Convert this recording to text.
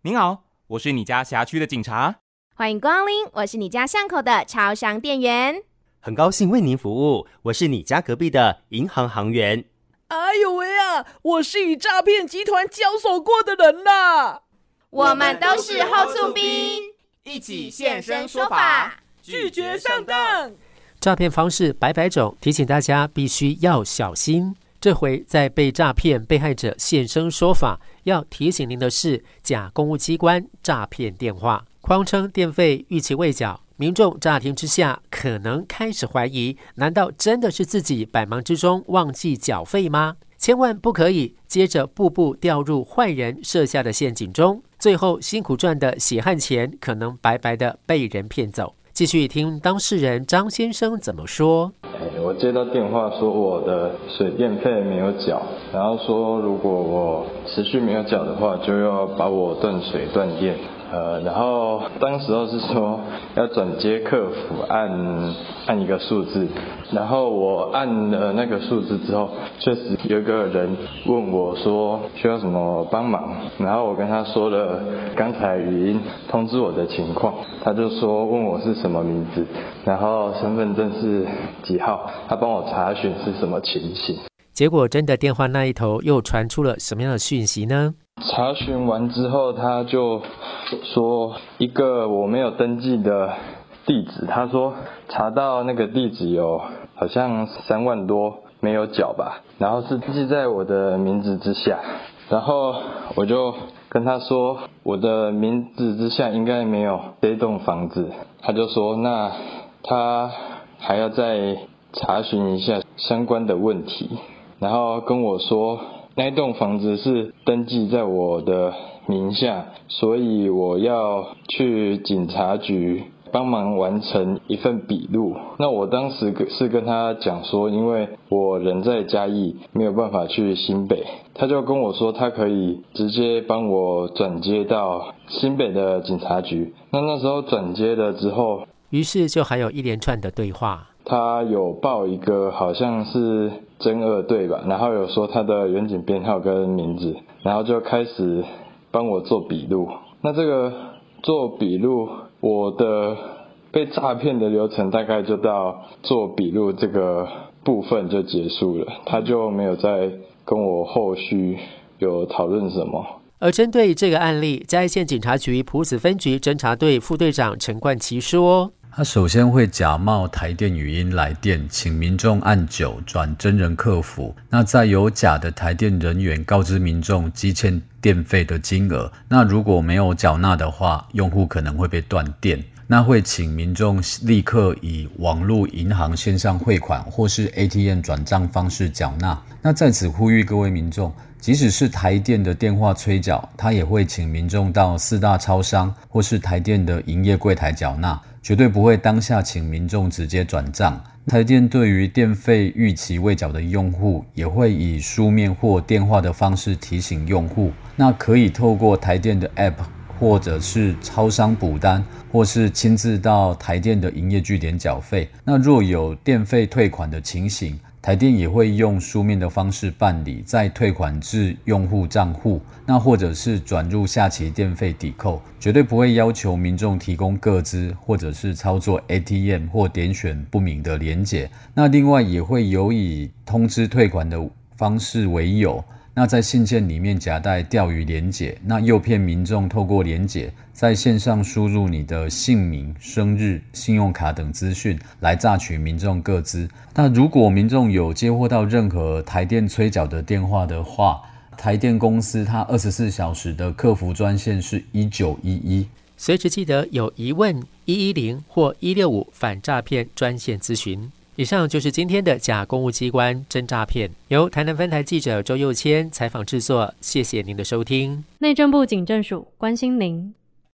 您好，我是你家辖区的警察。 欢迎光临，我是你家巷口的超商店员。 很高兴为您服务，我是你家隔壁的银行行员。 哎呦喂啊，我是与诈骗集团交手过的人啦。 我们都是后厝兵， 一起现身说法， 拒绝上当。 诈骗方式百百种，提醒大家必须要小心。这回在被诈骗被害者现身说法，要提醒您的是假公务机关诈骗电话，谎称电费逾期未缴，民众乍听之下可能开始怀疑，难道真的是自己百忙之中忘记缴费吗？千万不可以接着步步掉入坏人设下的陷阱中，最后辛苦赚的血汗钱可能白白的被人骗走。继续听当事人张先生怎么说。 我接到电话说我的水电费没有缴，然后说如果我持续没有缴的话，就要把我断水断电。然后当时候是说要转接客服按一个数字，然后我按了那个数字之后，确实有一个人问我说需要什么帮忙，然后我跟他说了刚才语音通知我的情况，他就说问我是什么名字，然后身份证是几号，他帮我查询是什么情形。 结果真的电话那一头又传出了什么样的讯息呢？ 查询完之后，他就说一个我没有登记的地址，他说查到那个地址有好像3万多没有缴吧，然后是记在我的名字之下，然后我就跟他说我的名字之下应该没有这栋房子，他就说那他还要再查询一下相关的问题，然后跟我说那栋房子是登记在我的名下，所以我要去警察局帮忙完成一份笔录。那我当时是跟他讲说，因为我人在嘉义，没有办法去新北，他就跟我说他可以直接帮我转接到新北的警察局。那时候转接了之后， 于是就还有一连串的对话。 他有报一个好像是侦2队吧，然后有说他的员警编号跟名字，然后就开始帮我做笔录。那这个做笔录，我的被诈骗的流程大概就到做笔录这个部分就结束了，他就没有再跟我后续有讨论什么。 而针对这个案例，嘉义县警察局朴子分局侦查队副队长陈冠奇说， 他首先会假冒台电语音来电，请民众按9转真人客服，那再由假的台电人员告知民众积欠电费的金额，那如果没有缴纳的话，用户可能会被断电，那会请民众立刻以网络银行线上汇款或是 ATM 转账方式缴纳。那在此呼吁各位民众，即使是台电的电话催缴，他也会请民众到4大超商或是台电的营业柜台缴纳，绝对不会当下请民众直接转账。台电对于电费逾期未缴的用户，也会以书面或电话的方式提醒用户。那可以透过台电的 App 或者是超商补单，或是亲自到台电的营业据点缴费。那若有电费退款的情形，台电也会用书面的方式办理，再退款至用户账户，那或者是转入下期电费抵扣，绝对不会要求民众提供个资或者是操作 ATM 或点选不明的连结。那另外也会有以通知退款的方式为由，那在信件里面夹带钓鱼连结，那诱骗民众透过连结在线上输入你的姓名、生日、信用卡等资讯来榨取民众个资。那如果民众有接获到任何台电催缴的电话的话，台电公司它24小时的客服专线是1911， 随时记得有疑问110或165反诈骗专线咨询。以上就是今天的假公务机关真诈骗，由台南分台记者周佑谦采访制作，谢谢您的收听。 内政部警政署关心您。